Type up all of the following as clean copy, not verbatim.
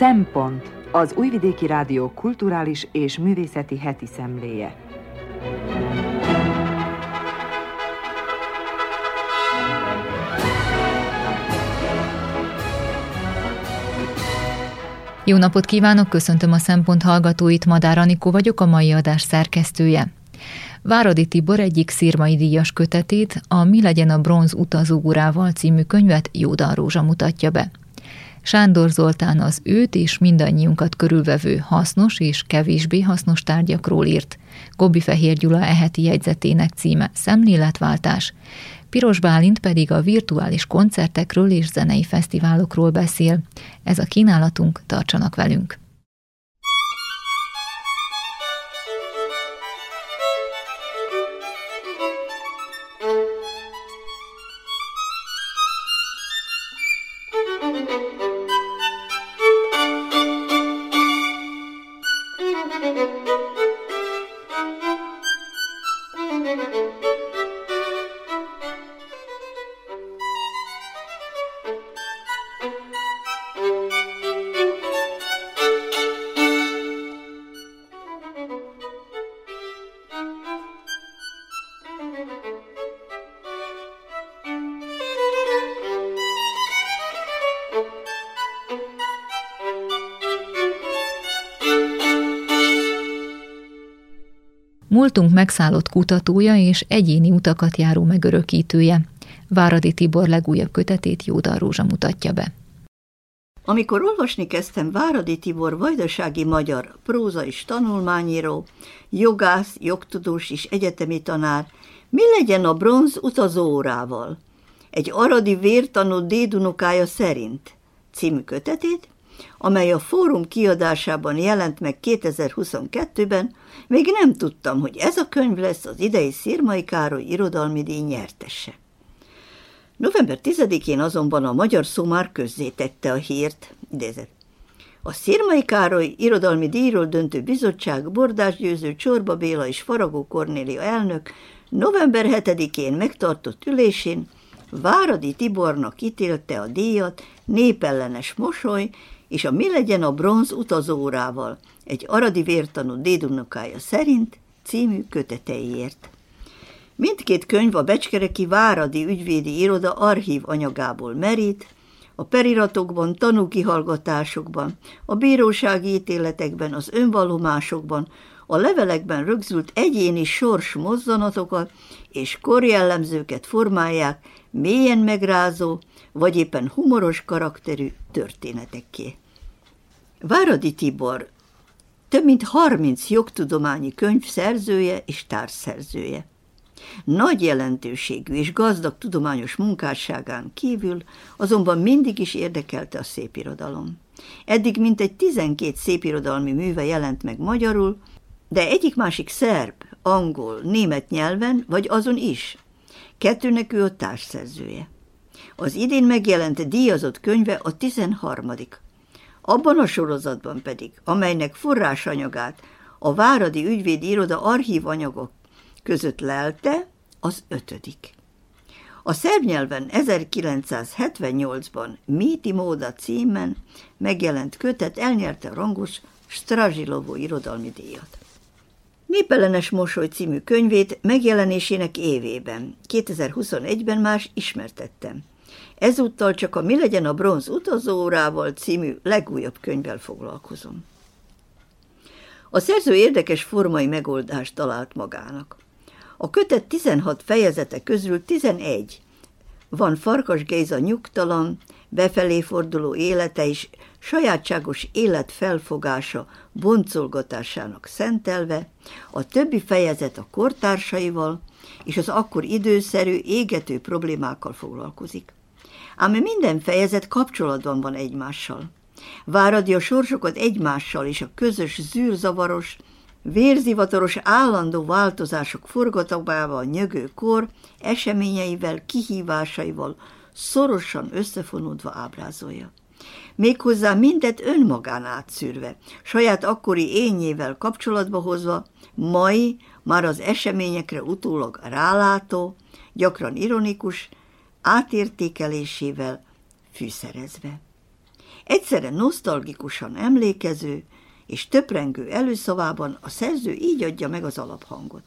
Szempont, az Újvidéki Rádió kulturális és művészeti heti szemléje. Jó napot kívánok, köszöntöm a Szempont hallgatóit, Madár Anikó vagyok, a mai adás szerkesztője. Váradi Tibor egyik szirmai díjas kötetét, a Mi legyen a bronz utazóórával című könyvet Jódan Rózsa mutatja be. Sándor Zoltán az őt és mindannyiunkat körülvevő hasznos és kevésbé hasznos tárgyakról írt. Gobbi-Fehér Gyula eheti jegyzetének címe Szemléletváltás. Piros Bálint pedig a virtuális koncertekről és zenei fesztiválokról beszél. Ez a kínálatunk, tartsanak velünk! Múltunk megszállott kutatója és egyéni utakat járó megörökítője. Váradi Tibor legújabb kötetét Jódan Rózsa mutatja be. Amikor olvasni kezdtem Váradi Tibor vajdasági magyar próza és tanulmányíró, jogász, jogtudós és egyetemi tanár, Mi legyen a bronz utazóórával? Egy aradi vértanú dédunokája szerint című kötetét, amely a Fórum kiadásában jelent meg 2022-ben, még nem tudtam, hogy ez a könyv lesz az idei Szirmai Károly irodalmi díj nyertese. November 10-én azonban a Magyar Szó már közzétette a hírt, idézet. A Szirmai Károly irodalmi díjról döntő bizottság Bordás Győző, Csorba Béla és Faragó Kornélia elnök november 7-én megtartott ülésén Váradi Tibornak ítélte a díjat Népellenes mosoly és a Mi legyen a bronz utazóórával, egy aradi vértanú dédunokája szerint című köteteiért. Mindkét könyv a becskereki Váradi ügyvédi iroda archív anyagából merít, a periratokban, tanúkihallgatásokban, a bírósági ítéletekben, az önvallomásokban, a levelekben rögzült egyéni sors mozzanatokat és korjellemzőket formálják mélyen megrázó, vagy éppen humoros karakterű történetekké. Váradi Tibor több mint 30 jogtudományi könyv szerzője és társszerzője. Nagy jelentőségű és gazdag tudományos munkásságán kívül azonban mindig is érdekelte a szépirodalom. Eddig mintegy 12 szépirodalmi műve jelent meg magyarul, de egyik-másik szerb, angol, német nyelven, vagy azon is. Kettőnek ő a társszerzője. Az idén megjelent díjazott könyve a 13. Abban a sorozatban pedig, amelynek forrásanyagát a Váradi ügyvédi iroda archívanyagok között lelte, az 5. A szerb nyelven 1978-ban Míti Móda címen megjelent kötet elnyerte a rangos Strazsilovó irodalmi díjat. Népellenes mosoly című könyvét megjelenésének évében, 2021-ben már ismertettem. Ezúttal csak a Mi legyen a bronz utazóórával című legújabb könyvvel foglalkozom. A szerző érdekes formai megoldást talált magának. A kötet 16 fejezete közül 11 van Farkas Géza nyugtalan, befelé forduló élete és sajátságos életfelfogása boncolgatásának szentelve, a többi fejezet a kortársaival és az akkor időszerű, égető problémákkal foglalkozik. Ám minden fejezet kapcsolatban van egymással. Váradi a sorsokat egymással és a közös zűrzavaros, vérzivataros állandó változások forgatójával nyögő kor eseményeivel, kihívásaival szorosan összefonódva ábrázolja. Méghozzá mindet önmagán átszűrve, saját akkori énjével kapcsolatba hozva, mai, már az eseményekre utólag rálátó, gyakran ironikus, átértékelésével fűszerezve. Egyszerre nosztalgikusan emlékező és töprengő előszavában a szerző így adja meg az alaphangot.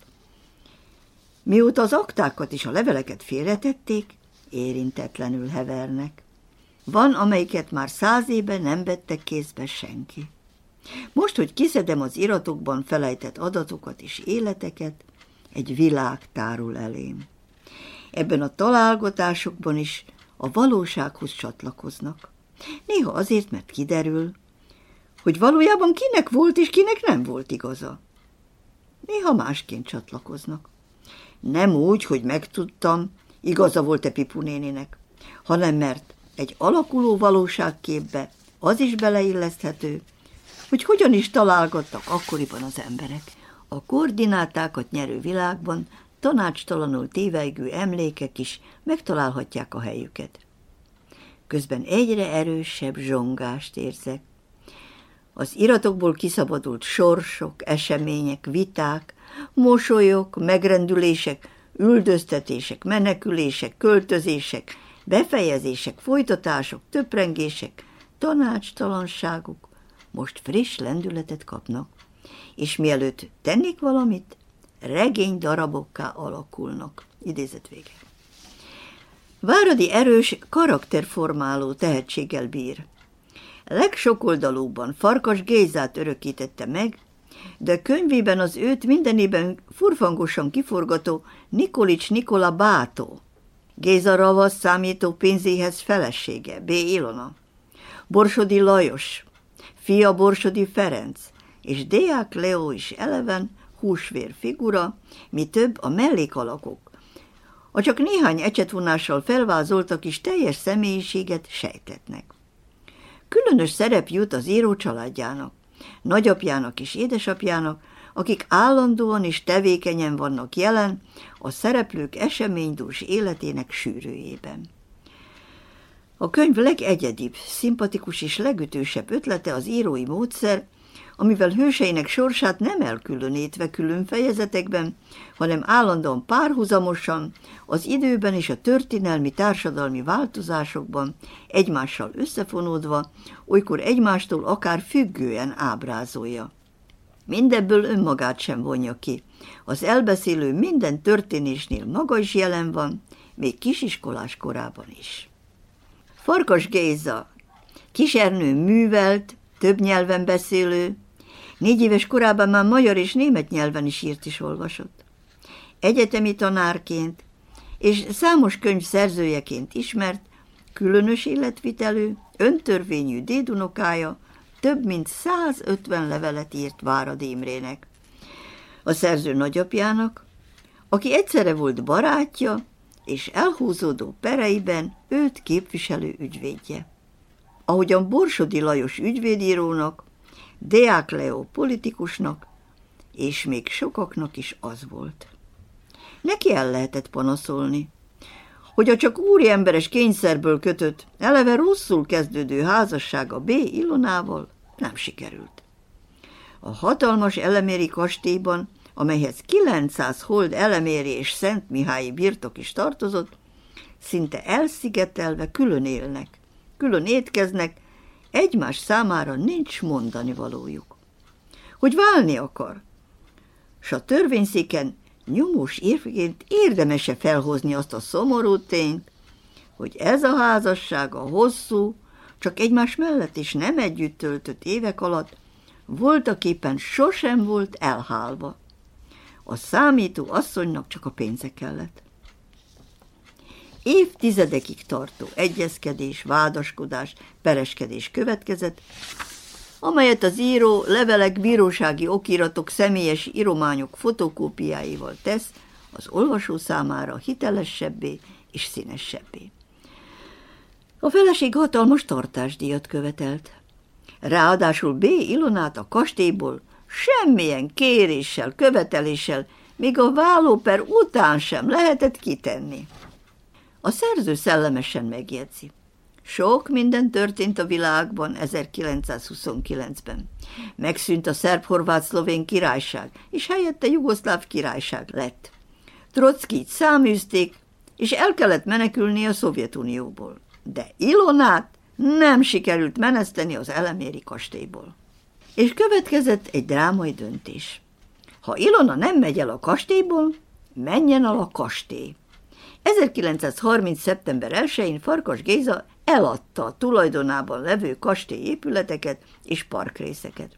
Mióta az aktákat és a leveleket félretették, érintetlenül hevernek. Van, amelyiket már 100 éve nem vettek kézbe senki. Most, hogy kiszedem az iratokban felejtett adatokat és életeket, egy világ tárul elém. Ebben a találgatásokban is a valósághoz csatlakoznak. Néha azért, mert kiderül, hogy valójában kinek volt és kinek nem volt igaza. Néha másként csatlakoznak. Nem úgy, hogy megtudtam, igaza volt-e Pipu néninek, hanem mert egy alakuló valóságképbe az is beleilleszthető, hogy hogyan is találgattak akkoriban az emberek. A koordinátákat nyerő világban tanácstalanul tévelygő emlékek is megtalálhatják a helyüket. Közben egyre erősebb zsongást érzek. Az iratokból kiszabadult sorsok, események, viták, mosolyok, megrendülések, üldöztetések, menekülések, költözések, befejezések, folytatások, töprengések, tanácstalanságok most friss lendületet kapnak, és mielőtt tennék valamit, regény darabokká alakulnak. Idézet vége. Váradi erős, karakterformáló tehetséggel bír. Legsokoldalúbban Farkas Gézát örökítette meg, de könyvében az őt mindenében furfangosan kiforgató Nikolics Nikola Bátó, Géza ravasz számító pénzéhez felesége, B. Ilona, Borsodi Lajos, fia Borsodi Ferenc, és Deák Leó is eleven húsvér figura, mi több a mellékalakok, a csak néhány ecsetvonással felvázoltak is teljes személyiséget sejtetnek. Különös szerep jut az író családjának, nagyapjának és édesapjának, akik állandóan és tevékenyen vannak jelen a szereplők eseménydús életének sűrűjében. A könyv legegyedibb, szimpatikus és legütősebb ötlete az írói módszer, amivel hőseinek sorsát nem elkülönítve külön fejezetekben, hanem állandóan párhuzamosan, az időben és a történelmi társadalmi változásokban egymással összefonódva, olykor egymástól akár függően ábrázolja. Mindebből önmagát sem vonja ki. Az elbeszélő minden történésnél maga is jelen van, még kisiskolás korában is. Farkas Géza, Kisernő művelt, több nyelven beszélő, 4 éves korában már magyar és német nyelven is írt és olvasott. Egyetemi tanárként és számos könyv szerzőjeként ismert, különös életvitelű, öntörvényű dédunokája több mint 150 levelet írt Váradi Imrének, a szerző nagyapjának, aki egyszerre volt barátja és elhúzódó pereiben őt képviselő ügyvédje. Ahogyan Borsodi Lajos ügyvédírónak, Deák Leó politikusnak, és még sokaknak is az volt. Neki el lehetett panaszolni, hogy a csak úriemberes kényszerből kötött, eleve rosszul kezdődő házassága B. Ilonával nem sikerült. A hatalmas eleméri kastélyban, amelyhez 900 hold eleméri és szentmihályi birtok is tartozott, szinte elszigetelve külön élnek, külön étkeznek, egymás számára nincs mondani valójuk. Hogy válni akar, s a törvényszéken nyomós érvként érdemese felhozni azt a szomorú tényt, hogy ez a házasság a hosszú, csak egymás mellett és nem együtt töltött évek alatt voltaképpen sosem volt elhálva. A számító asszonynak csak a pénze kellett. Évtizedekig tartó egyezkedés, vádaskodás, pereskedés következett, amelyet az író levelek, bírósági okiratok, személyes írományok fotokópiáival tesz az olvasó számára hitelesebbé és színesebbé. A feleség hatalmas tartásdíjat követelt. Ráadásul B. Ilonát a kastélyból semmilyen kéréssel, követeléssel, még a vállóper után sem lehetett kitenni. A szerző szellemesen megjegyzi. Sok minden történt a világban 1929-ben. Megszűnt a szerb-horvát-szlovén királyság, és helyette jugoszláv királyság lett. Trockijt száműzték, és el kellett menekülni a Szovjetunióból. De Ilonát nem sikerült meneszteni az eleméri kastélyból. És következett egy drámai döntés. Ha Ilona nem megy el a kastélyból, menjen el a kastély. 1930. szeptember 1-én Farkas Géza eladta a tulajdonában levő kastély épületeket és parkrészeket.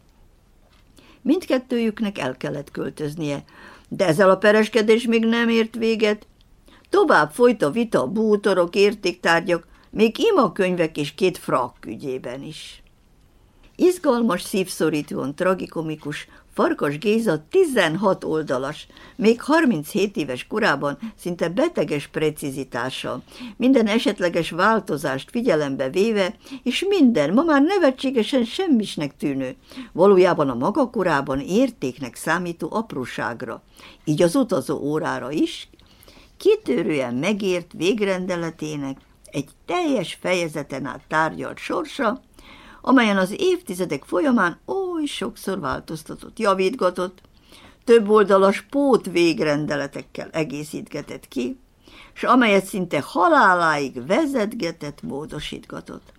Mindkettőjüknek el kellett költöznie, de ezzel a pereskedés még nem ért véget. Tovább folyt a vita a bútorok, értéktárgyak, még imakönyvek és 2 frakk ügyében is. Izgalmas, szívszorítóan tragikomikus, Farkas Géza 16 oldalas, még 37 éves korában szinte beteges precizitással, minden esetleges változást figyelembe véve, és minden ma már nevetségesen semmisnek tűnő, valójában a maga korában értéknek számító apróságra, így az utazó órára is, kitörően megért végrendeletének egy teljes fejezeten át tárgyalt sorsa, amelyen az évtizedek folyamán oly sokszor változtatott, javítgatott, több oldalas pót végrendeletekkel egészítgetett ki, s amelyet szinte haláláig vezetgetett, módosítgatott.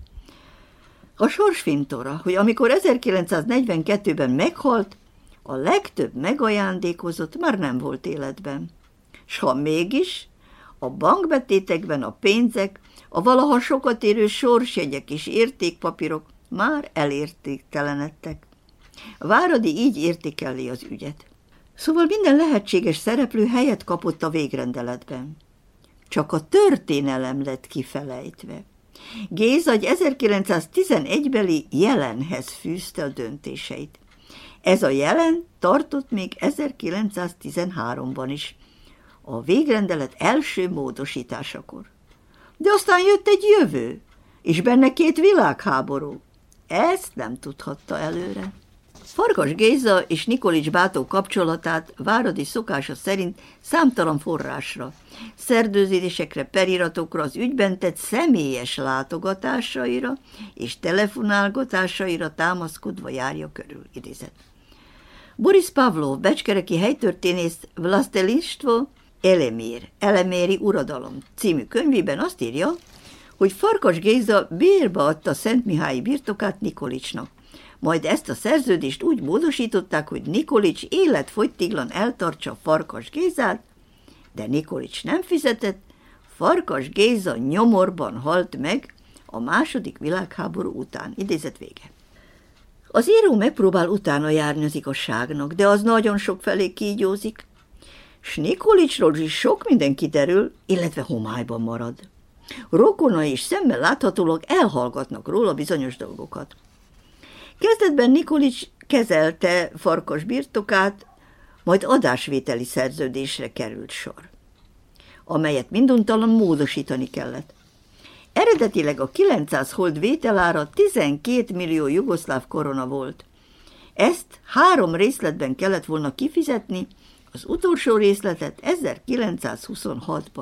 A sorsfintora, hogy amikor 1942-ben meghalt, a legtöbb megajándékozott már nem volt életben. S ha mégis, a bankbetétekben a pénzek, a valaha sokat érő sorsjegyek és értékpapírok már elértéktelenedtek. Váradi így értékelli az ügyet. Szóval minden lehetséges szereplő helyet kapott a végrendeletben. Csak a történelem lett kifelejtve. Géza egy 1911-beli jelenhez fűzte a döntéseit. Ez a jelen tartott még 1913-ban is, a végrendelet első módosításakor. De aztán jött egy jövő, és benne 2 világháború. Ezt nem tudhatta előre. Farkas Géza és Nikolics bátó kapcsolatát Váradi szokása szerint számtalan forrásra, szerdőzésekre, periratokra, az ügyben tett személyes látogatásaira és telefonálgatásaira támaszkodva járja körül, idézet. Boris Pavlov, becskereki helytörténész Vlastelistvo Eleméri uradalom című könyvében azt írja, hogy Farkas Géza bérbe adta Szentmihályi birtokát Nikolicsnak. Majd ezt a szerződést úgy módosították, hogy Nikolics életfogytiglan eltartsa Farkas Gézát, de Nikolics nem fizetett, Farkas Géza nyomorban halt meg a II. Világháború után. Idézet vége. Az író megpróbál utána járni az igazságnak, de az nagyon sokfelé kígyózik, s Nikolicsról is sok minden kiderül, illetve homályban marad. Rokona és szemmel láthatólag elhallgatnak róla bizonyos dolgokat. Kezdetben Nikolics kezelte Farkas birtokát, majd adásvételi szerződésre került sor, amelyet minduntalan módosítani kellett. Eredetileg a 900 hold vételára 12 millió jugoszláv korona volt. Ezt 3 részletben kellett volna kifizetni, az utolsó részletet 1926-ban.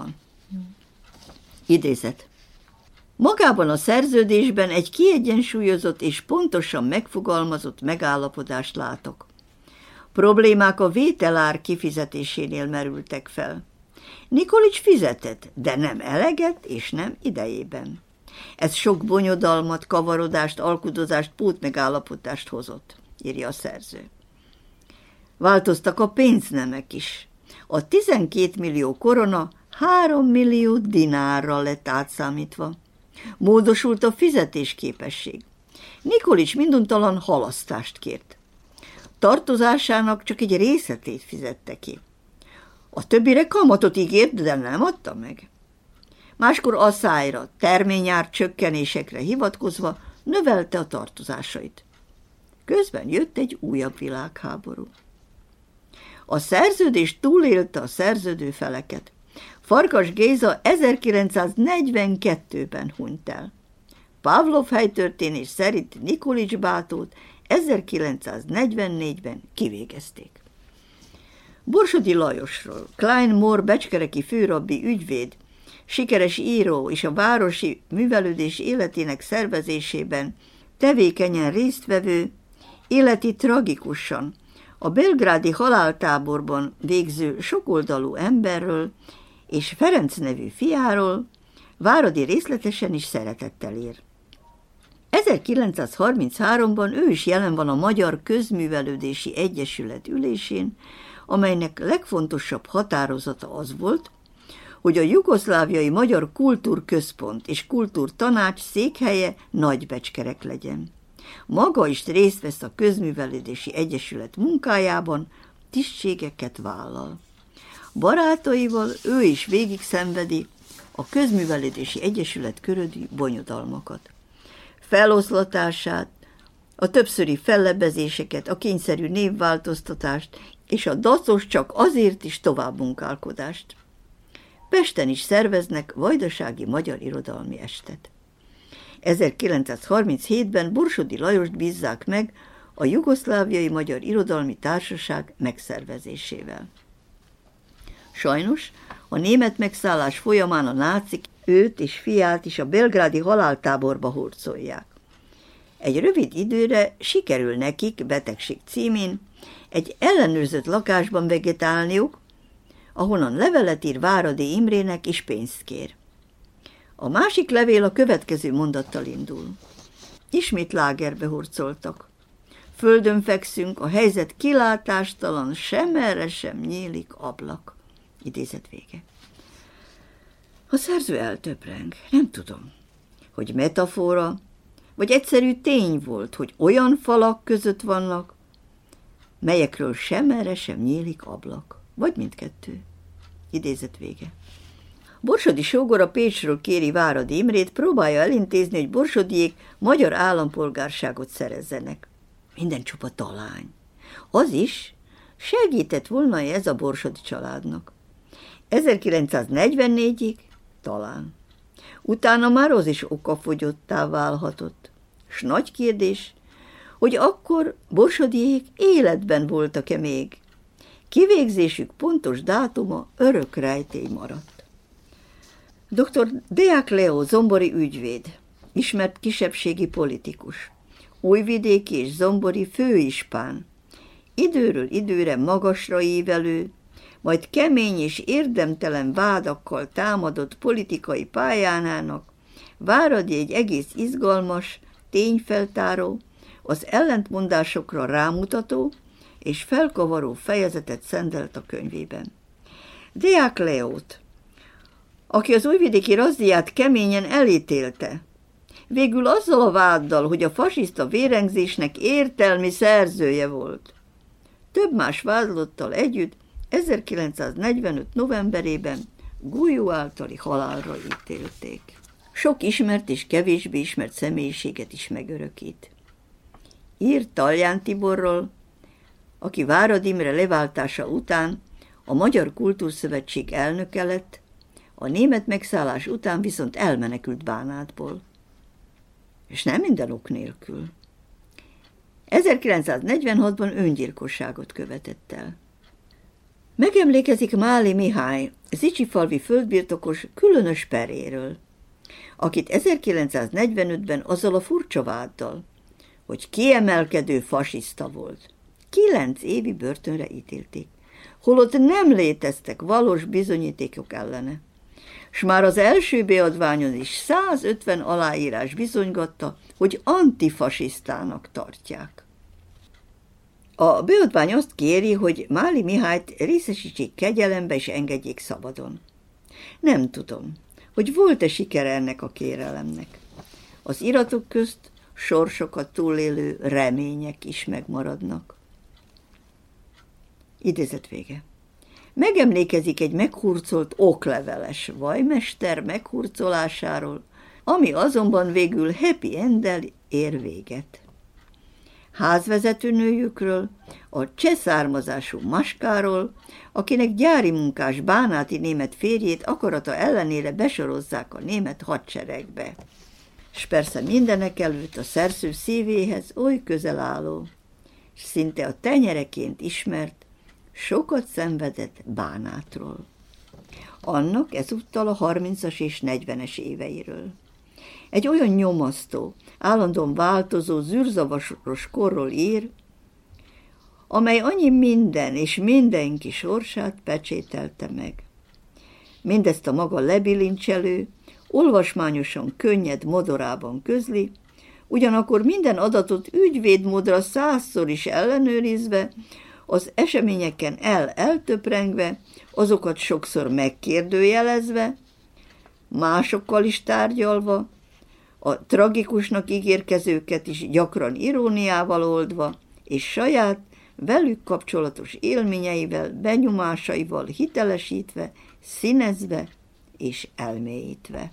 Idézet. Magában a szerződésben egy kiegyensúlyozott és pontosan megfogalmazott megállapodást látok. Problémák a vételár kifizetésénél merültek fel. Nikolics fizetett, de nem eleget és nem idejében. Ez sok bonyodalmat, kavarodást, alkudozást, pótmegállapodást hozott, írja a szerző. Változtak a pénznemek is. A 12 millió korona 3 millió dinárra lett átszámítva. Módosult a fizetésképesség. Nikolics minduntalan halasztást kért. Tartozásának csak egy részletét fizette ki. A többire kamatot ígért, de nem adta meg. Máskor asszályra, terményár csökkenésekre hivatkozva növelte a tartozásait. Közben jött egy újabb világháború. A szerződés túlélte a szerződő feleket. Farkas Géza 1942-ben hunyt el. Pavlov helytörténés szerint Nikolics bátót 1944-ben kivégezték. Borsodi Lajosról, Klein Mór becskereki főrabbi ügyvéd, sikeres író és a városi művelődés életének szervezésében tevékenyen résztvevő, életi tragikusan, a belgrádi haláltáborban végző sokoldalú emberről és Ferenc nevű fiáról Váradi részletesen is szeretettel ír. 1933-ban ő is jelen van a Magyar Közművelődési Egyesület ülésén, amelynek legfontosabb határozata az volt, hogy a Jugoszláviai Magyar Kultúrközpont és Kultúrtanács székhelye Nagybecskerek legyen. Maga is részt vesz a Közművelődési Egyesület munkájában, tisztségeket vállal. Barátaival ő is végig szenvedi a Közművelődési Egyesület körüli bonyodalmakat. Feloszlatását, a többszöri fellebbezéseket, a kényszerű névváltoztatást és a dacos csak azért is továbbmunkálkodást. Pesten is szerveznek vajdasági magyar irodalmi estet. 1937-ben Borsodi Lajost bízzák meg a Jugoszláviai Magyar Irodalmi Társaság megszervezésével. Sajnos a német megszállás folyamán a nácik őt és fiát is a belgrádi haláltáborba hurcolják. Egy rövid időre sikerül nekik betegség címén egy ellenőrzött lakásban vegetálniuk, ahonnan levelet ír Váradi Imrének és pénzt kér. A másik levél a következő mondattal indul. Ismét lágerbe hurcoltak. Földön fekszünk, a helyzet kilátástalan, sem erre sem nyílik ablak. Idézet vége. A szerző eltöpreng, nem tudom, hogy metafora, vagy egyszerű tény volt, hogy olyan falak között vannak, melyekről sem erre sem nyílik ablak, vagy mindkettő. Idézet vége. Borsodi sógor a Pécsről kéri Váradi Imrét, próbálja elintézni, hogy borsodiék magyar állampolgárságot szerezzenek. Minden csupa talány. Az is segített volna ez a borsodi családnak. 1944-ig talán. Utána már az is okafogyottá válhatott. S nagy kérdés, hogy akkor borsodiék életben voltak-e még. Kivégzésük pontos dátuma örök rejtély maradt. Dr. Deák Leó zombori ügyvéd, ismert kisebbségi politikus, újvidéki és zombori főispán, időről időre magasra ívelő, majd kemény és érdemtelen vádakkal támadott politikai pályánának Váradi egy egész izgalmas, tényfeltáró, az ellentmondásokra rámutató és felkavaró fejezetet szentelt a könyvében. Deák Leót, aki az újvidéki razziát keményen elítélte, végül azzal a váddal, hogy a fasiszta vérengzésnek értelmi szerzője volt. Több más vádlottal együtt 1945. novemberében Gulyó általi halálra ítélték. Sok ismert és kevésbé ismert személyiséget is megörökít. Ír Talján Tiborról, aki Váradi Imre leváltása után a Magyar Kultúrszövetség elnöke lett, a német megszállás után viszont elmenekült Bánátból. És nem minden ok nélkül. 1946-ban öngyilkosságot követett el. Megemlékezik Máli Mihály, zicsifalvi földbirtokos különös peréről, akit 1945-ben azzal a furcsa váddal, hogy kiemelkedő fasiszta volt, 9 évi börtönre ítélték, holott nem léteztek valós bizonyítékok ellene, s már az első beadványon is 150 aláírás bizonygatta, hogy antifasisztának tartják. A beadvány azt kéri, hogy Máli Mihályt részesítsék kegyelembe és engedjék szabadon. Nem tudom, hogy volt-e sikere ennek a kérelemnek. Az iratok közt sorsokat túlélő remények is megmaradnak. Idézet vége. Megemlékezik egy meghurcolt okleveles vajmester meghurcolásáról, ami azonban végül happy enddel ér véget. Házvezetőnőjükről, a cseh származású Maskáról, akinek gyári munkás bánáti német férjét akarata ellenére besorozzák a német hadseregbe. S persze mindenekelőtt a szerző szívéhez oly közel álló, s szinte a tenyereként ismert, sokat szenvedett Bánátról. Annak ezúttal a 30-as és 40-es éveiről. Egy olyan nyomasztó, állandóan változó, zűrzavaros korról ír, amely annyi minden és mindenki sorsát pecsételte meg. Mindezt a maga lebilincselő, olvasmányosan könnyed modorában közli, ugyanakkor minden adatot ügyvédmódra 100-szor is ellenőrizve, az eseményeken eltöprengve, azokat sokszor megkérdőjelezve, másokkal is tárgyalva, a tragikusnak ígérkezőket is gyakran iróniával oldva, és saját, velük kapcsolatos élményeivel, benyomásaival hitelesítve, színezve és elmélyítve.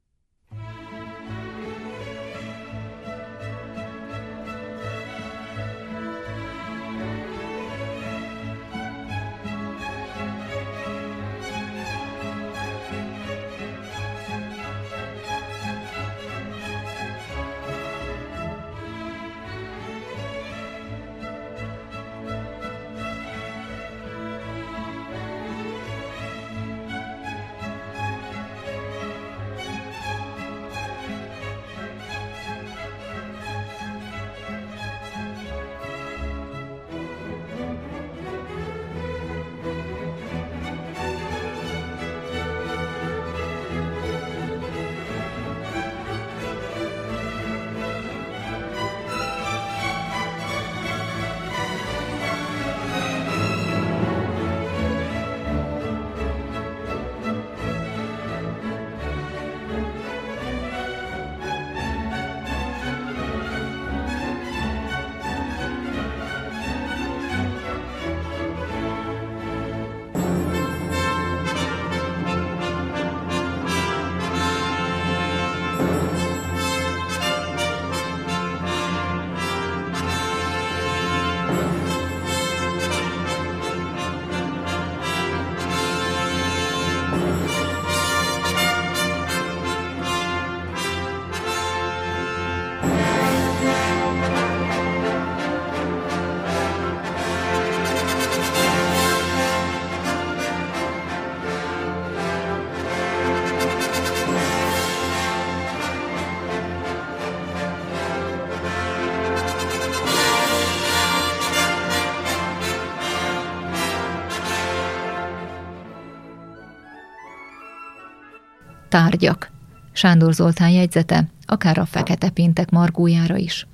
Tárgyak. Sándor Zoltán jegyzete, akár a Fekete Péntek margójára is.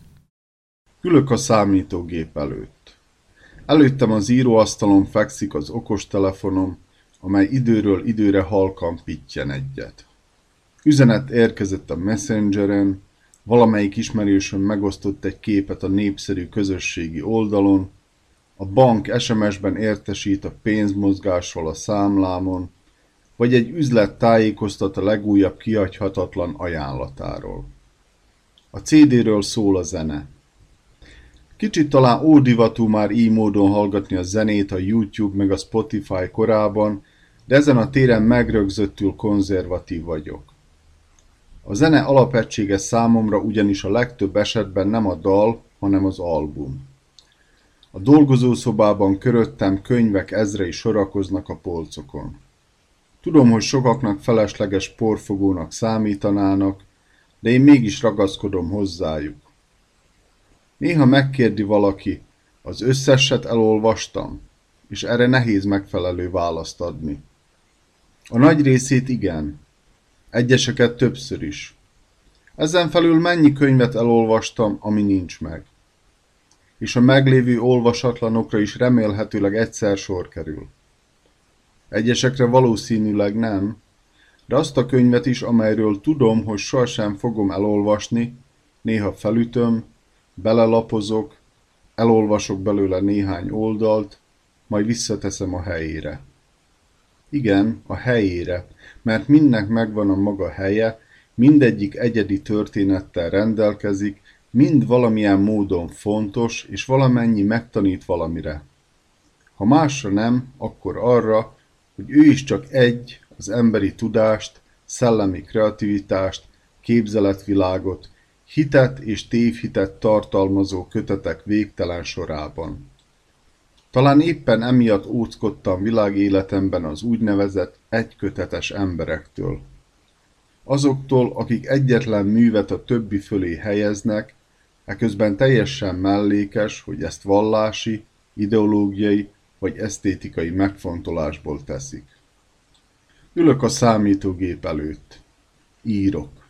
Ülök a számítógép előtt. Előttem az íróasztalon fekszik az okostelefonom, amely időről időre halkan pittyen egyet. Üzenet érkezett a Messengeren, valamelyik ismerősöm megosztott egy képet a népszerű közösségi oldalon, a bank SMS-ben értesít a pénzmozgásról a számlámon, vagy egy üzlet tájékoztat a legújabb kihagyhatatlan ajánlatáról. A CD-ről szól a zene. Kicsit talán ódivatú már így módon hallgatni a zenét a YouTube meg a Spotify korában, de ezen a téren megrögzöttül konzervatív vagyok. A zene alapegysége számomra ugyanis a legtöbb esetben nem a dal, hanem az album. A dolgozószobában köröttem könyvek ezrei sorakoznak a polcokon. Tudom, hogy sokaknak felesleges porfogónak számítanának, de én mégis ragaszkodom hozzájuk. Néha megkérdi valaki, az összeset elolvastam, és erre nehéz megfelelő választ adni. A nagy részét igen, egyeseket többször is. Ezen felül mennyi könyvet elolvastam, ami nincs meg. És a meglévő olvasatlanokra is remélhetőleg egyszer sor kerül. Egyesekre valószínűleg nem, de azt a könyvet is, amelyről tudom, hogy sohasem fogom elolvasni, néha felütöm, belelapozok, elolvasok belőle néhány oldalt, majd visszateszem a helyére. Igen, a helyére, mert mindnek megvan a maga helye, mindegyik egyedi történettel rendelkezik, mind valamilyen módon fontos, és valamennyi megtanít valamire. Ha másra nem, akkor arra, hogy ő is csak az emberi tudást, szellemi kreativitást, képzeletvilágot, hitet és tévhitet tartalmazó kötetek végtelen sorában. Talán éppen emiatt óckodtam világéletemben az úgynevezett egykötetes emberektől. Azoktól, akik egyetlen művet a többi fölé helyeznek, eközben teljesen mellékes, hogy ezt vallási, ideológiai vagy esztétikai megfontolásból teszik. Ülök a számítógép előtt. Írok.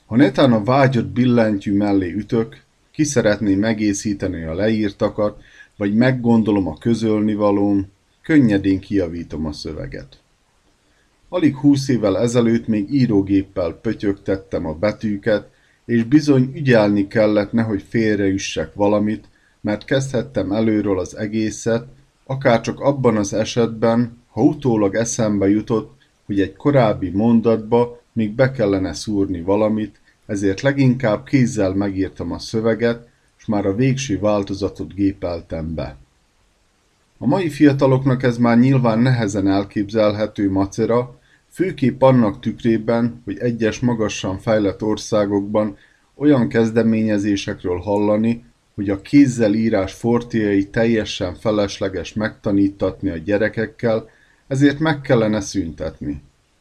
Ha netán a vágyott billentyű mellé ütök, ki szeretném egészíteni a leírtakat, vagy meggondolom a közölnivalóm, könnyedén kijavítom a szöveget. Alig 20 évvel ezelőtt még írógéppel pötyögtettem a betűket, és bizony ügyelni kellett, nehogy félreüssek valamit, mert kezdhettem előről az egészet, akárcsak abban az esetben, ha utólag eszembe jutott, hogy egy korábbi mondatba még be kellene szúrni valamit, ezért leginkább kézzel megírtam a szöveget, és már a végső változatot gépeltem be. A mai fiataloknak ez már nyilván nehezen elképzelhető macera, főképp annak tükrében, hogy egyes magasan fejlett országokban olyan kezdeményezésekről hallani, hogy a kézzel írás fortéjai teljesen felesleges megtanítatni a gyerekekkel, ezért meg kellene szüntetni.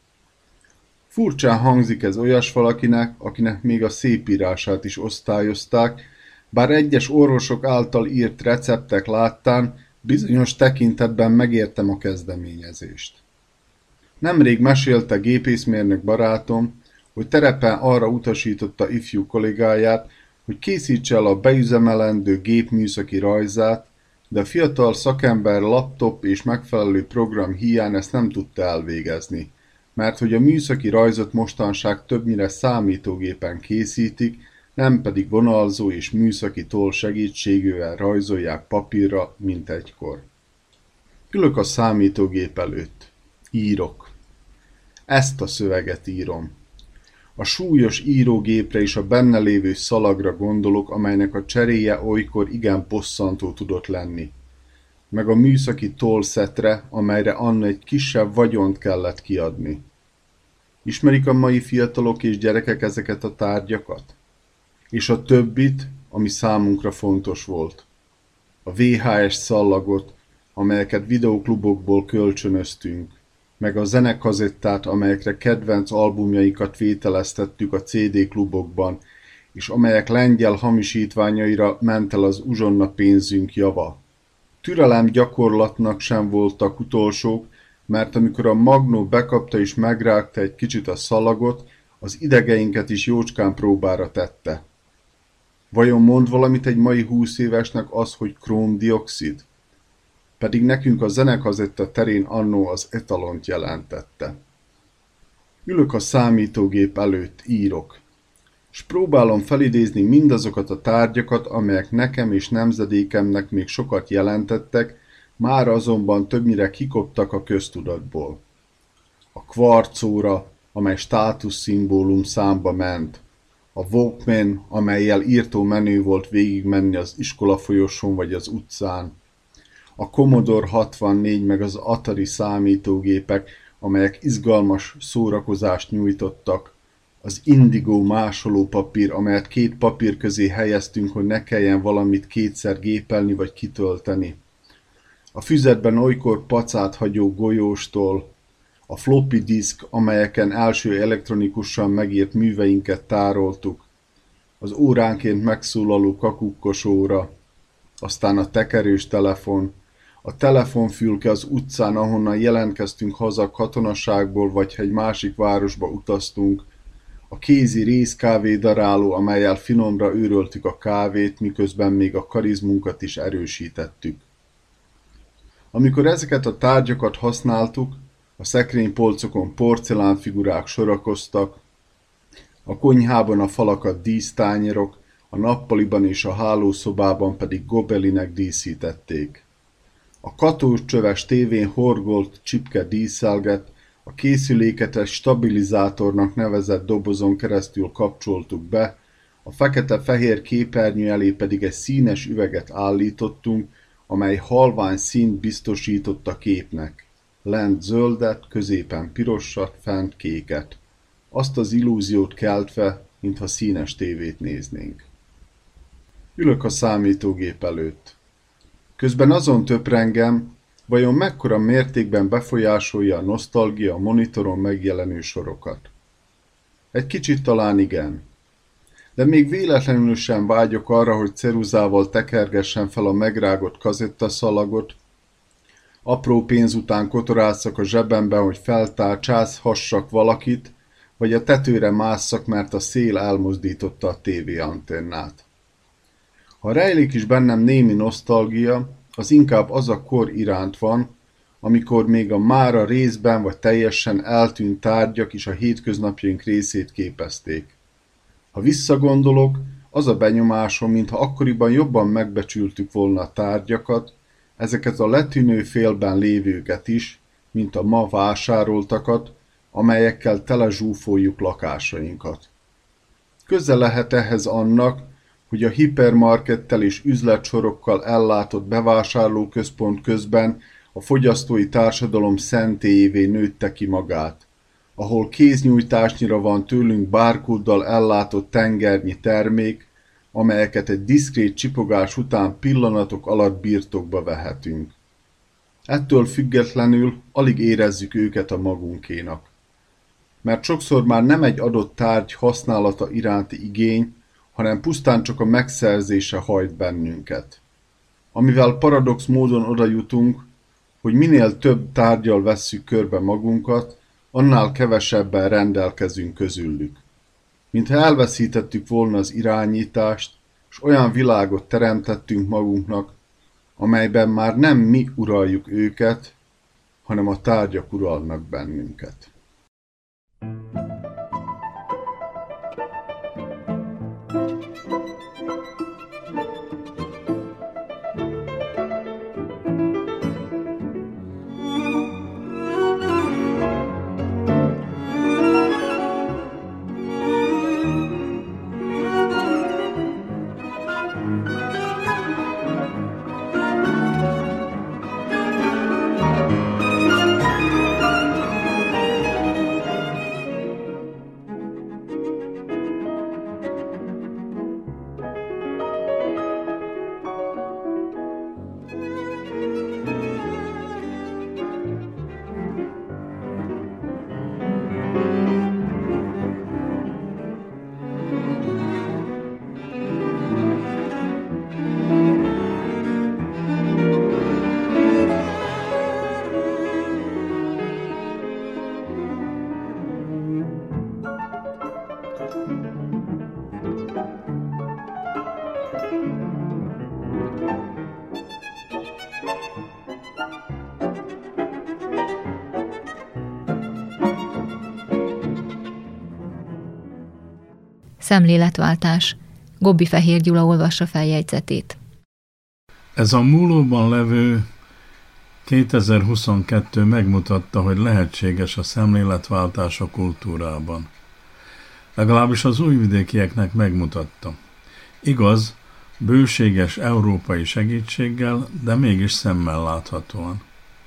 Furcsán hangzik ez olyas valakinek, akinek még a szépírását is osztályozták, bár egyes orvosok által írt receptek láttán bizonyos tekintetben megértem a kezdeményezést. Nemrég mesélte gépészmérnök barátom, hogy terepen arra utasította ifjú kollégáját, hogy készítse el a beüzemelendő gép műszaki rajzát, de a fiatal szakember laptop és megfelelő program hiány ezt nem tudta elvégezni, mert hogy a műszaki rajzot mostanság többnyire számítógépen készítik, nem pedig vonalzó és műszaki toll segítségével rajzolják papírra, mint egykor. Ülök a számítógép előtt. Írok. Ezt a szöveget írom. A súlyos írógépre és a benne lévő szalagra gondolok, amelynek a cseréje olykor igen bosszantó tudott lenni. Meg a műszaki tollszetre, amelyre anna egy kisebb vagyont kellett kiadni. Ismerik a mai fiatalok és gyerekek ezeket a tárgyakat? És a többit, ami számunkra fontos volt. A VHS szallagot, amelyeket videóklubokból kölcsönöztünk, meg a zenekazettát, amelyekre kedvenc albumjaikat vételeztettük a CD klubokban, és amelyek lengyel hamisítványaira ment el az uzsonna pénzünk java. Türelem gyakorlatnak sem voltak utolsók, mert amikor a Magnó bekapta és megrágta egy kicsit a szalagot, az idegeinket is jócskán próbára tette. Vajon mond valamit egy mai 20 évesnek az, hogy króm-dioxid? Pedig nekünk a zenekazetta terén annó az etalont jelentette. Ülök a számítógép előtt, írok, s próbálom felidézni mindazokat a tárgyakat, amelyek nekem és nemzedékemnek még sokat jelentettek, már azonban többnyire kikoptak a köztudatból. A kvarcóra, amely státuszszimbólum számba ment, a Walkman, amellyel írtó menő volt végigmenni az iskolafolyosón vagy az utcán, a Commodore 64 meg az Atari számítógépek, amelyek izgalmas szórakozást nyújtottak, az Indigo másolópapír, amelyet két papír közé helyeztünk, hogy ne kelljen valamit kétszer gépelni vagy kitölteni, a füzetben olykor pacát hagyó golyóstól, a floppy disk, amelyeken első elektronikusan megírt műveinket tároltuk, az óránként megszólaló kakukkos óra, aztán a tekerős telefon, a telefonfülke az utcán, ahonnan jelentkeztünk haza katonaságból, vagy ha egy másik városba utaztunk, a kézi rézkávédaráló, amellyel finomra őröltük a kávét, miközben még a karizmunkat is erősítettük. Amikor ezeket a tárgyakat használtuk, a szekrénypolcokon porcelánfigurák sorakoztak, a konyhában a falakat dísztányérok, a nappaliban és a hálószobában pedig gobelinek díszítették. A katócsöves tévén horgolt csipke díszelgett, a készüléket egy stabilizátornak nevezett dobozon keresztül kapcsoltuk be, a fekete-fehér képernyő elé pedig egy színes üveget állítottunk, amely halvány színt biztosított a képnek. Lent zöldet, középen pirosat, fent kéket. Azt az illúziót keltve, mintha színes tévét néznénk. Ülök a számítógép előtt. Közben azon töprengem, vajon mekkora mértékben befolyásolja a nosztalgia a monitoron megjelenő sorokat. Egy kicsit talán igen. De még véletlenül sem vágyok arra, hogy ceruzával tekergessen fel a megrágott kazettaszalagot, apró pénz után kotorásszak a zsebemben, hogy feltárcsázhassak valakit, vagy a tetőre másszak, mert a szél elmozdította a tévéantennát. Ha rejlik is bennem némi nosztalgia, az inkább az a kor iránt van, amikor még a mára részben vagy teljesen eltűnt tárgyak is a hétköznapjaink részét képezték. Ha visszagondolok, az a benyomásom, mintha akkoriban jobban megbecsültük volna a tárgyakat, ezeket a letűnő félben lévőket is, mint a ma vásároltakat, amelyekkel telezsúfoljuk lakásainkat. Köze lehet ehhez annak, hogy a hipermarkettel és üzletsorokkal ellátott bevásárlóközpont közben a fogyasztói társadalom szentélyévé nőtte ki magát, ahol kéznyújtásnyira van tőlünk bárkóddal ellátott tengernyi termék, amelyeket egy diszkrét csipogás után pillanatok alatt birtokba vehetünk. Ettől függetlenül alig érezzük őket a magunkénak. Mert sokszor már nem egy adott tárgy használata iránti igény, hanem pusztán csak a megszerzése hajt bennünket. Amivel paradox módon oda jutunk, hogy minél több tárggyal vesszük körbe magunkat, annál kevesebben rendelkezünk közülük. Mintha elveszítettük volna az irányítást, és olyan világot teremtettünk magunknak, amelyben már nem mi uraljuk őket, hanem a tárgyak uralnak bennünket. Szemléletváltás. Gobbi Fehér Gyula olvassa fel jegyzetét. Ez a múlóban levő 2022 megmutatta, hogy lehetséges a szemléletváltás a kultúrában. Legalábbis az újvidékieknek megmutatta. Igaz, bőséges európai segítséggel, de mégis szemmel láthatóan.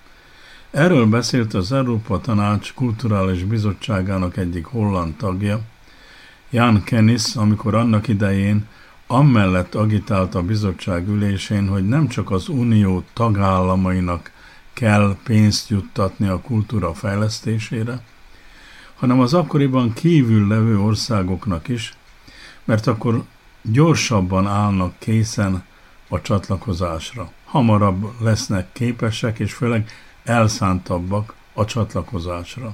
Erről beszélt az Európa Tanács Kulturális Bizottságának egyik holland tagja, Jan Kennis, amikor annak idején amellett agitált a bizottság ülésén, hogy nem csak az unió tagállamainak kell pénzt juttatni a kultúra fejlesztésére, hanem az akkoriban kívül levő országoknak is, mert akkor gyorsabban állnak készen a csatlakozásra. Hamarabb lesznek képesek, és főleg elszántabbak a csatlakozásra.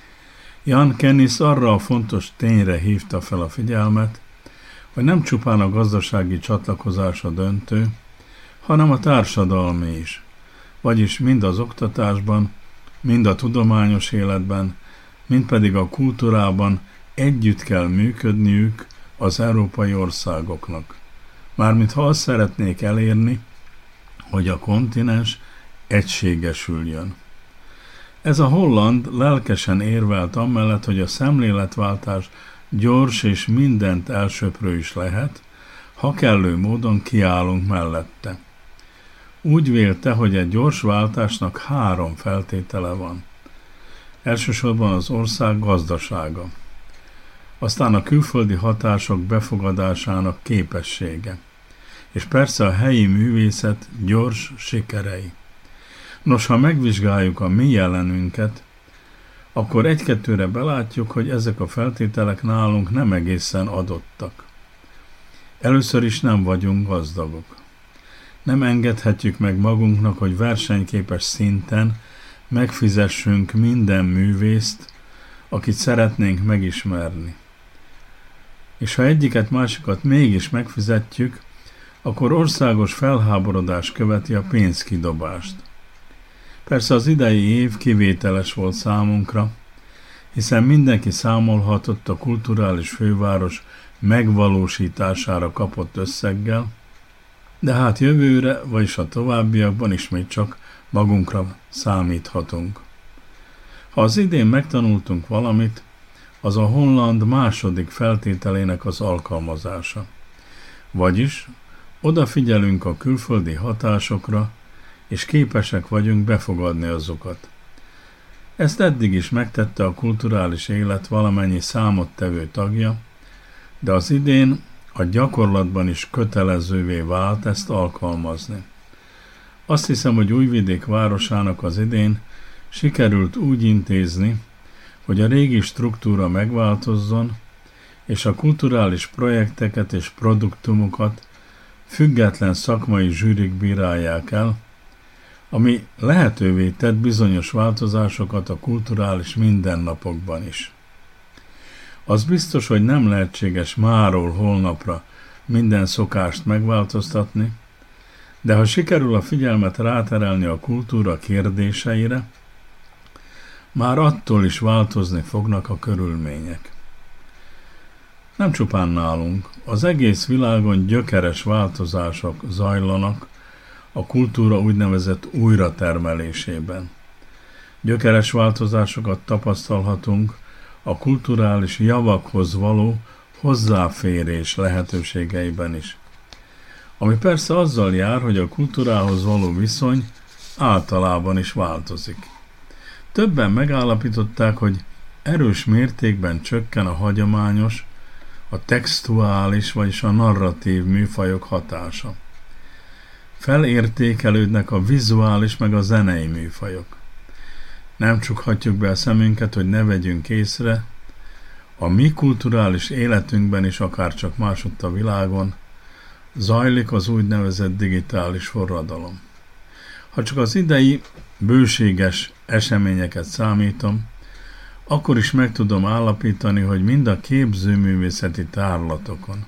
Jan Kennis arra a fontos tényre hívta fel a figyelmet, hogy nem csupán a gazdasági csatlakozás a döntő, hanem a társadalmi is, vagyis mind az oktatásban, mind a tudományos életben, mind pedig a kultúrában együtt kell működniük az európai országoknak. Mármintha azt szeretnék elérni, hogy a kontinens egységesüljön. Ez a holland lelkesen érvelt amellett, hogy a szemléletváltás gyors és mindent elsöprő is lehet, ha kellő módon kiállunk mellette. Úgy vélte, hogy egy gyors váltásnak 3 feltétele van. Elsősorban az ország gazdasága, aztán a külföldi hatások befogadásának képessége, és persze a helyi művészet gyors sikerei. Nos, ha megvizsgáljuk a mi jelenünket, akkor 1-2-re belátjuk, hogy ezek a feltételek nálunk nem egészen adottak. Először is nem vagyunk gazdagok. Nem engedhetjük meg magunknak, hogy versenyképes szinten megfizessünk minden művészt, akit szeretnénk megismerni. És ha egyiket másikat mégis megfizetjük, akkor országos felháborodás követi a pénzkidobást. Persze az idei év kivételes volt számunkra, hiszen mindenki számolhatott a kulturális főváros megvalósítására kapott összeggel, de hát jövőre, vagyis a továbbiakban ismét csak magunkra számíthatunk. Ha az idén megtanultunk valamit, az a Holland második feltételének az alkalmazása. Vagyis odafigyelünk a külföldi hatásokra, és képesek vagyunk befogadni azokat. Ezt eddig is megtette a kulturális élet valamennyi számottevő tagja, de az idén a gyakorlatban is kötelezővé vált ezt alkalmazni. Azt hiszem, hogy Újvidék városának az idén sikerült úgy intézni, hogy a régi struktúra megváltozzon, és a kulturális projekteket és produktumokat független szakmai zsűrik bírálják el, ami lehetővé tett bizonyos változásokat a kulturális mindennapokban is. Az biztos, hogy nem lehetséges máról holnapra minden szokást megváltoztatni, de ha sikerül a figyelmet ráterelni a kultúra kérdéseire, már attól is változni fognak a körülmények. Nem csupán nálunk, az egész világon gyökeres változások zajlanak a kultúra úgynevezett újratermelésében. Gyökeres változásokat tapasztalhatunk a kulturális javakhoz való hozzáférés lehetőségeiben is. Ami persze azzal jár, hogy a kultúrához való viszony általában is változik. Többen megállapították, hogy erős mértékben csökken a hagyományos, a textuális, vagyis a narratív műfajok hatása. Felértékelődnek a vizuális meg a zenei műfajok. Nem csukhatjuk be a szemünket, hogy ne vegyünk észre, a mi kulturális életünkben is, akár csak másutt a világon, zajlik az úgynevezett digitális forradalom. Ha csak az idei bőséges eseményeket számítom, akkor is meg tudom állapítani, hogy mind a képzőművészeti tárlatokon,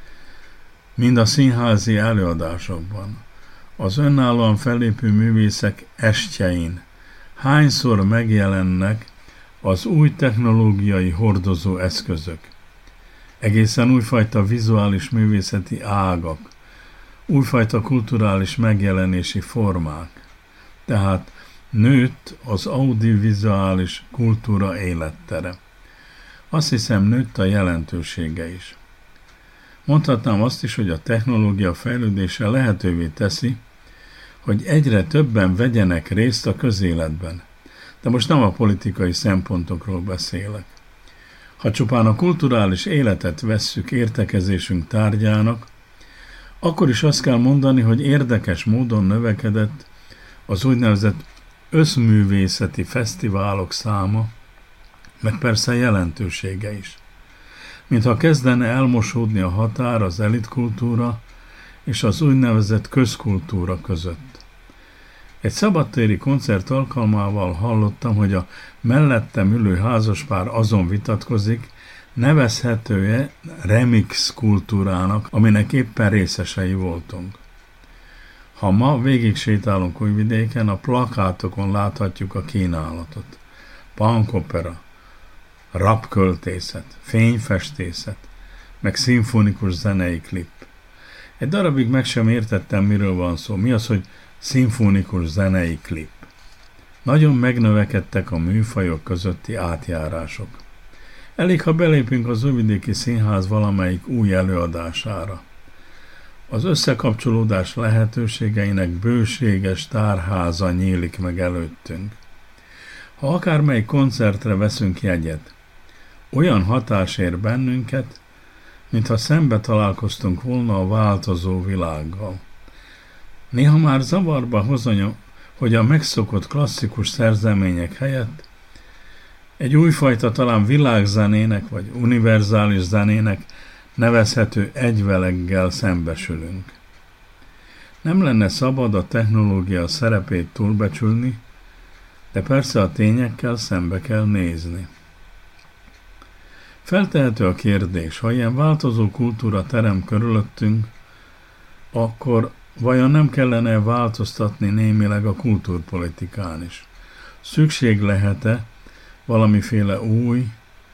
mind a színházi előadásokban, az önállóan fellépő művészek estjein hányszor megjelennek az új technológiai hordozó eszközök, egészen újfajta vizuális művészeti ágak, újfajta kulturális megjelenési formák. Tehát nőtt az audiovizuális kultúra élettere. Azt hiszem, nőtt a jelentősége is. Mondhatnám azt is, hogy a technológia fejlődése lehetővé teszi, hogy egyre többen vegyenek részt a közéletben. De most nem a politikai szempontokról beszélek. Ha csupán a kulturális életet vesszük értekezésünk tárgyának, akkor is azt kell mondani, hogy érdekes módon növekedett az úgynevezett összművészeti fesztiválok száma, meg persze jelentősége is. Mintha kezdene elmosódni a határ az elitkultúra és az úgynevezett közkultúra között. Egy szabadtéri koncert alkalmával hallottam, hogy a mellettem ülő házaspár azon vitatkozik, nevezhető-e remix kultúrának, aminek éppen részesei voltunk. Ha ma végig sétálunk Újvidéken, a plakátokon láthatjuk a kínálatot. Punkopera, rapköltészet, fényfestészet, meg szimfonikus zenei klip. Egy darabig meg sem értettem, miről van szó. Mi az, hogy szimfonikus zenei klip? Nagyon megnövekedtek a műfajok közötti átjárások. Elég, ha belépünk az Újvidéki Színház valamelyik új előadására. Az összekapcsolódás lehetőségeinek bőséges tárháza nyílik meg előttünk. Ha akármely koncertre veszünk jegyet, olyan hatás ér bennünket, mintha szembe találkoztunk volna a változó világgal. Néha már zavarba hozza, hogy a megszokott klasszikus szerzemények helyett egy újfajta, talán világzenének vagy univerzális zenének nevezhető egyveleggel szembesülünk. Nem lenne szabad a technológia szerepét túlbecsülni, de persze a tényekkel szembe kell nézni. Feltehető a kérdés, ha ilyen változó kultúra terem körülöttünk, akkor vajon nem kellene változtatni némileg a kultúrpolitikán is? Szükség lehet-e valamiféle új,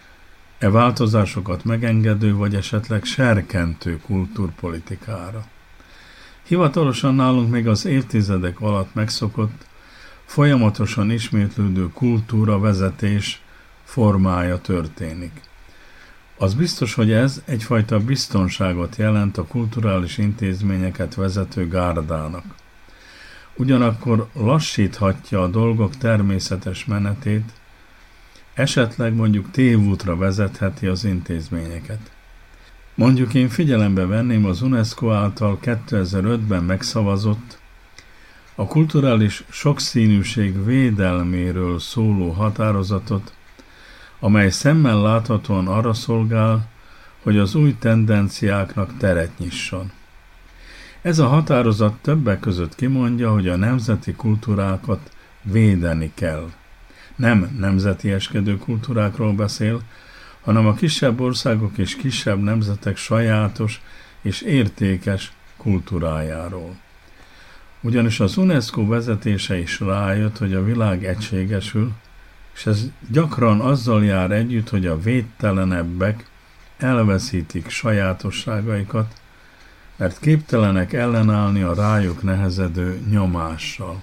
változásokat megengedő, vagy esetleg serkentő kultúrpolitikára? Hivatalosan nálunk még az évtizedek alatt megszokott, folyamatosan ismétlődő kultúravezetés formája történik. Az biztos, hogy ez egyfajta biztonságot jelent a kulturális intézményeket vezető gárdának. Ugyanakkor lassíthatja a dolgok természetes menetét, esetleg mondjuk tévútra vezetheti az intézményeket. Mondjuk én figyelembe venném az UNESCO által 2005-ben megszavazott, a kulturális sokszínűség védelméről szóló határozatot, amely szemmel láthatóan arra szolgál, hogy az új tendenciáknak teret nyisson. Ez a határozat többek között kimondja, hogy a nemzeti kultúrákat védeni kell. Nem nemzetieskedő kultúrákról beszél, hanem a kisebb országok és kisebb nemzetek sajátos és értékes kultúrájáról. Ugyanis az UNESCO vezetése is rájött, hogy a világ egységesül, és ez gyakran azzal jár együtt, hogy a védtelenebbek elveszítik sajátosságaikat, mert képtelenek ellenállni a rájuk nehezedő nyomással.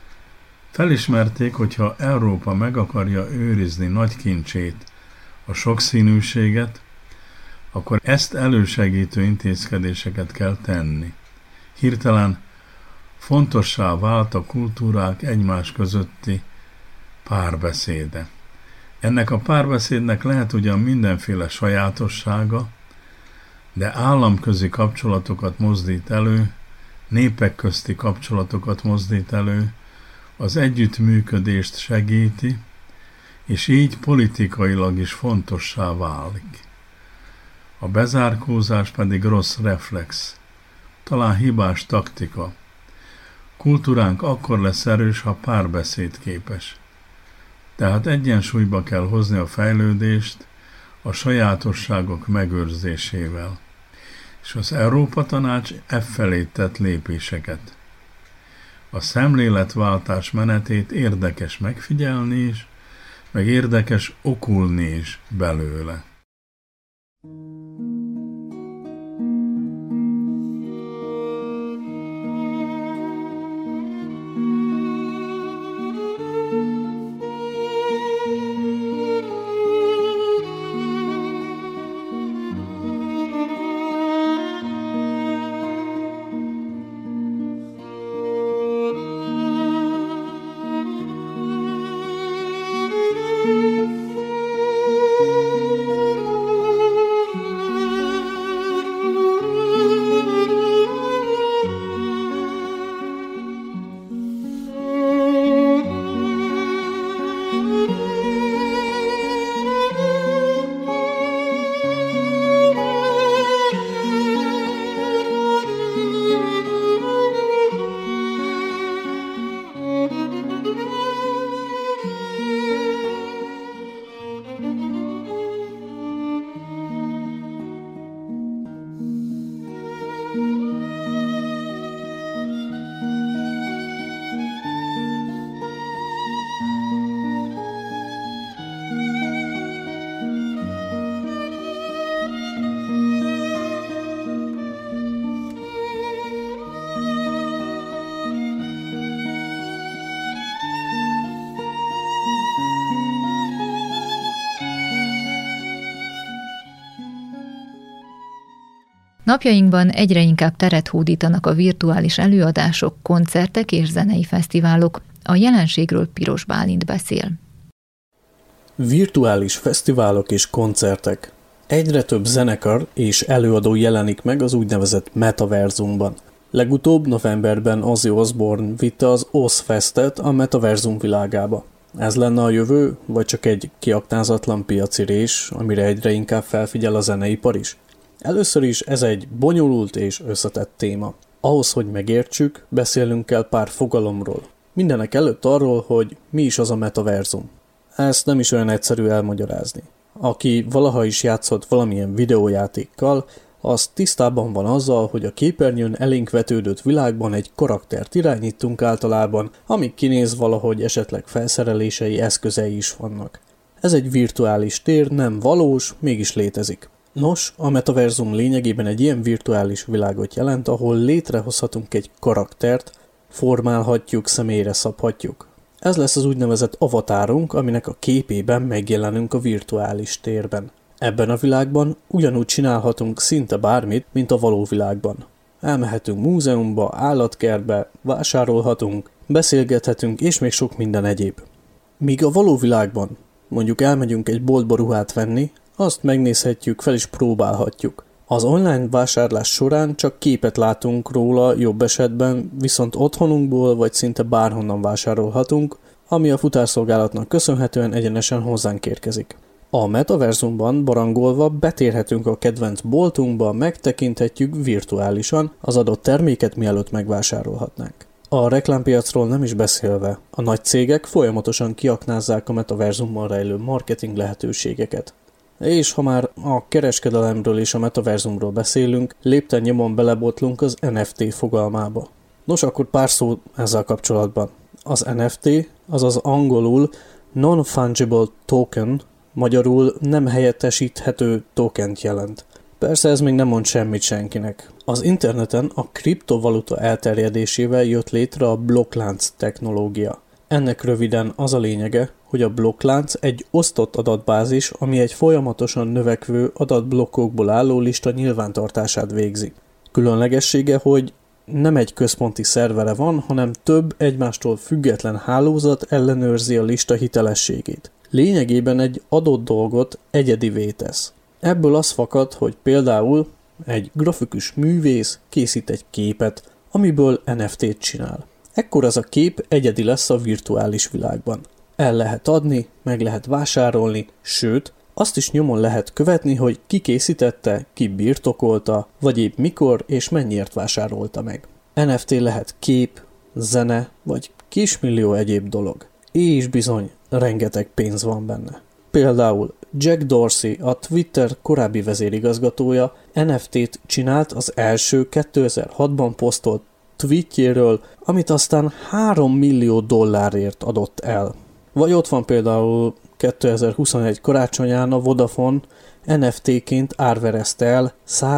Felismerték, hogyha Európa meg akarja őrizni nagy kincsét, a sokszínűséget, akkor ezt elősegítő intézkedéseket kell tenni. Hirtelen fontossá vált a kultúrák egymás közötti párbeszéde. Ennek a párbeszédnek lehet ugyan mindenféle sajátossága, de államközi kapcsolatokat mozdít elő, népek közti kapcsolatokat mozdít elő, az együttműködést segíti, és így politikailag is fontossá válik. A bezárkózás pedig rossz reflex, talán hibás taktika. Kultúránk akkor lesz erős, ha párbeszéd képes. Tehát egyensúlyba kell hozni a fejlődést a sajátosságok megőrzésével. És az Európa Tanács felé tett lépéseket. A szemléletváltás menetét érdekes megfigyelni is, meg érdekes okulni is belőle. Napjainkban egyre inkább teret hódítanak a virtuális előadások, koncertek és zenei fesztiválok. A jelenségről Piros Bálint beszél. Virtuális fesztiválok és koncertek. Egyre több zenekar és előadó jelenik meg az úgynevezett metaverzumban. Legutóbb novemberben Ozzy Osbourne vitte az Ozzfestet a metaverzum világába. Ez lenne a jövő, vagy csak egy kiaknázatlan piaci rés, amire egyre inkább felfigyel a zeneipar is? Először is ez egy bonyolult és összetett téma. Ahhoz, hogy megértsük, beszélnünk kell pár fogalomról. Mindenek előtt arról, hogy mi is az a metaverzum. Ezt nem is olyan egyszerű elmagyarázni. aki valaha is játszott valamilyen videójátékkal, az tisztában van azzal, hogy a képernyőn elénk vetődött világban egy karaktert irányítunk általában, ami kinéz valahogy, esetleg felszerelései, eszközei is vannak. Ez egy virtuális tér, nem valós, mégis létezik. Nos, a metaverzum lényegében egy ilyen virtuális világot jelent, ahol létrehozhatunk egy karaktert, formálhatjuk, személyre szabhatjuk. Ez lesz az úgynevezett avatárunk, aminek a képében megjelenünk a virtuális térben. Ebben a világban ugyanúgy csinálhatunk szinte bármit, mint a való világban. Elmehetünk múzeumba, állatkertbe, vásárolhatunk, beszélgethetünk és még sok minden egyéb. Míg a való világban, mondjuk elmegyünk egy boltba ruhát venni, azt megnézhetjük, fel is próbálhatjuk. Az online vásárlás során csak képet látunk róla jobb esetben, viszont otthonunkból vagy szinte bárhonnan vásárolhatunk, ami a futárszolgálatnak köszönhetően egyenesen hozzánk érkezik. A metaverzumban barangolva betérhetünk a kedvenc boltunkba, megtekinthetjük virtuálisan az adott terméket, mielőtt megvásárolhatnánk. A reklámpiacról nem is beszélve, a nagy cégek folyamatosan kiaknázzák a metaverzumban rejlő marketing lehetőségeket. És ha már a kereskedelemről és a metaverzumról beszélünk, lépten nyomon belebotlunk az NFT fogalmába. Nos, akkor pár szó ezzel kapcsolatban. Az NFT, azaz angolul Non-Fungible Token, magyarul nem helyettesíthető tokent jelent. Persze ez még nem mond semmit senkinek. Az interneten a kriptovaluta elterjedésével jött létre a blokklánc technológia. Ennek röviden az a lényege, hogy a blokklánc egy osztott adatbázis, ami egy folyamatosan növekvő adatblokkokból álló lista nyilvántartását végzi. Különlegessége, hogy nem egy központi szervere van, hanem több egymástól független hálózat ellenőrzi a lista hitelességét. Lényegében egy adott dolgot egyedivé tesz. Ebből az fakad, hogy például egy grafikus művész készít egy képet, amiből NFT-t csinál. Ekkor ez a kép egyedi lesz a virtuális világban. El lehet adni, meg lehet vásárolni, sőt, azt is nyomon lehet követni, hogy ki készítette, ki birtokolta, vagy épp mikor és mennyiért vásárolta meg. NFT lehet kép, zene, vagy kismillió egyéb dolog. És bizony, rengeteg pénz van benne. Például Jack Dorsey, a Twitter korábbi vezérigazgatója NFT-t csinált az első 2006-ban posztolt tweetjéről, amit aztán $3 millió adott el. Vagy ott van például 2021 karácsonyán a Vodafone NFT-ként árverezte el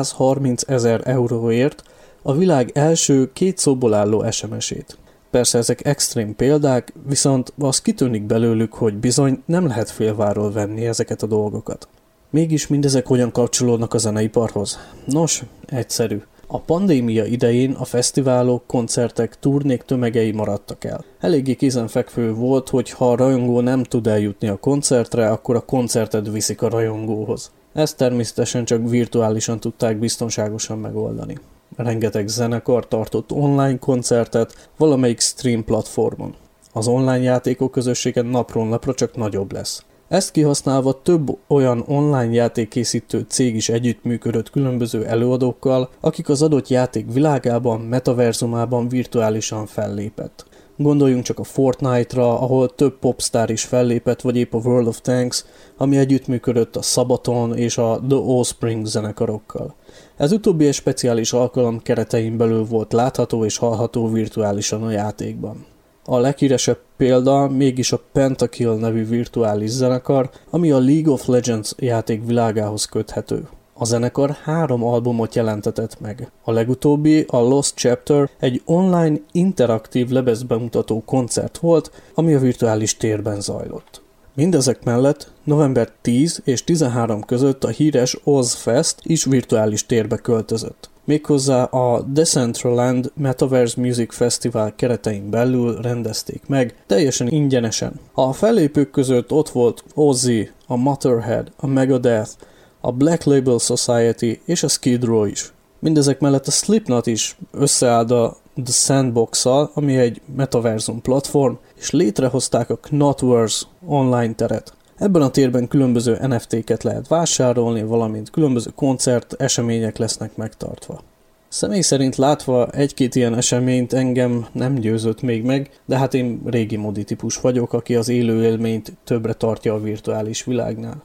130 000 euróért a világ első 2 szóból álló SMS-ét. Persze ezek extrém példák, viszont az kitűnik belőlük, hogy bizony nem lehet félváról venni ezeket a dolgokat. Mégis mindezek hogyan kapcsolódnak a zeneiparhoz? Nos, egyszerű. A pandémia idején a fesztiválok, koncertek, turnék tömegei maradtak el. Eléggé kézenfekvő volt, hogy ha a rajongó nem tud eljutni a koncertre, akkor a koncertet viszik a rajongóhoz. Ezt természetesen csak virtuálisan tudták biztonságosan megoldani. Rengeteg zenekar tartott online koncertet valamelyik stream platformon. Az online játékok közössége napról napra csak nagyobb lesz. Ezt kihasználva több olyan online játékkészítő cég is együttműködött különböző előadókkal, akik az adott játék világában, metaverzumában virtuálisan fellépett. Gondoljunk csak a Fortnite-ra, ahol több popstar is fellépett, vagy épp a World of Tanks, ami együttműködött a Sabaton és a The Offspring zenekarokkal. Ez utóbbi egy speciális alkalom keretein belül volt látható és hallható virtuálisan a játékban. A leghíresebb példa mégis a Pentakill nevű virtuális zenekar, ami a League of Legends játék világához köthető. A zenekar 3 albumot jelentetett meg. A legutóbbi, a Lost Chapter, egy online interaktív lemezbemutató koncert volt, ami a virtuális térben zajlott. Mindezek mellett november 10 és 13 között a híres Ozfest is virtuális térbe költözött. Méghozzá a Decentraland Metaverse Music Festival keretein belül rendezték meg, teljesen ingyenesen. A fellépők között ott volt Ozzy, a Motorhead, a Megadeth, a Black Label Society és a Skid Row is. Mindezek mellett a Slipknot is összeállt a The Sandbox-szal, ami egy metaverzum platform, és létrehozták a Knotverse online teret. Ebben a térben különböző NFT-ket lehet vásárolni, valamint különböző koncert, események lesznek megtartva. Személy szerint látva egy-két ilyen eseményt engem nem győzött még meg, de hát én régi modi típus vagyok, aki az élő élményt többre tartja a virtuális világnál.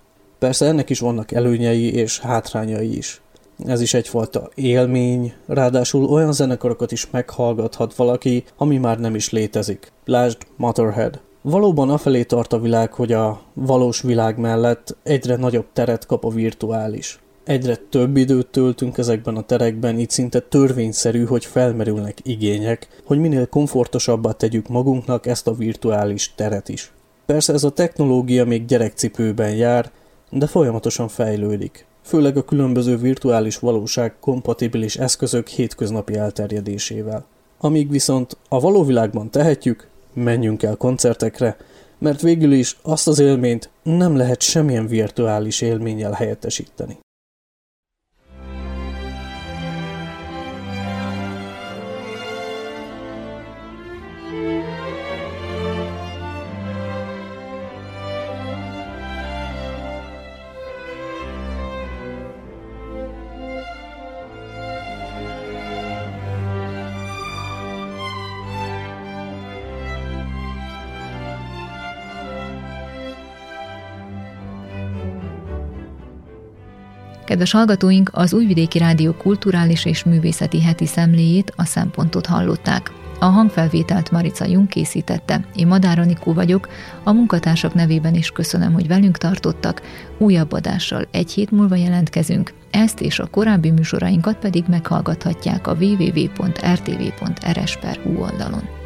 Persze ennek is vannak előnyei és hátrányai is. Ez is egyfajta élmény, ráadásul olyan zenekarokat is meghallgathat valaki, ami már nem is létezik. Lásd Motorhead. Valóban afelé tart a világ, hogy a valós világ mellett egyre nagyobb teret kap a virtuális. Egyre több időt töltünk ezekben a terekben, így szinte törvényszerű, hogy felmerülnek igények, hogy minél komfortosabbá tegyük magunknak ezt a virtuális teret is. Persze ez a technológia még gyerekcipőben jár, de folyamatosan fejlődik. Főleg a különböző virtuális valóság kompatibilis eszközök hétköznapi elterjedésével. Amíg viszont a való világban tehetjük, menjünk el koncertekre, mert végül is azt az élményt nem lehet semmilyen virtuális élménnyel helyettesíteni. Kedves hallgatóink, az Újvidéki Rádió kulturális és művészeti heti szemléjét, a Szempontot hallották. A hangfelvételt Marica Jung készítette, én Madár Anikó vagyok, a munkatársak nevében is köszönöm, hogy velünk tartottak, újabb adással egy hét múlva jelentkezünk, ezt és a korábbi műsorainkat pedig meghallgathatják a www.rtv.rs.hu oldalon.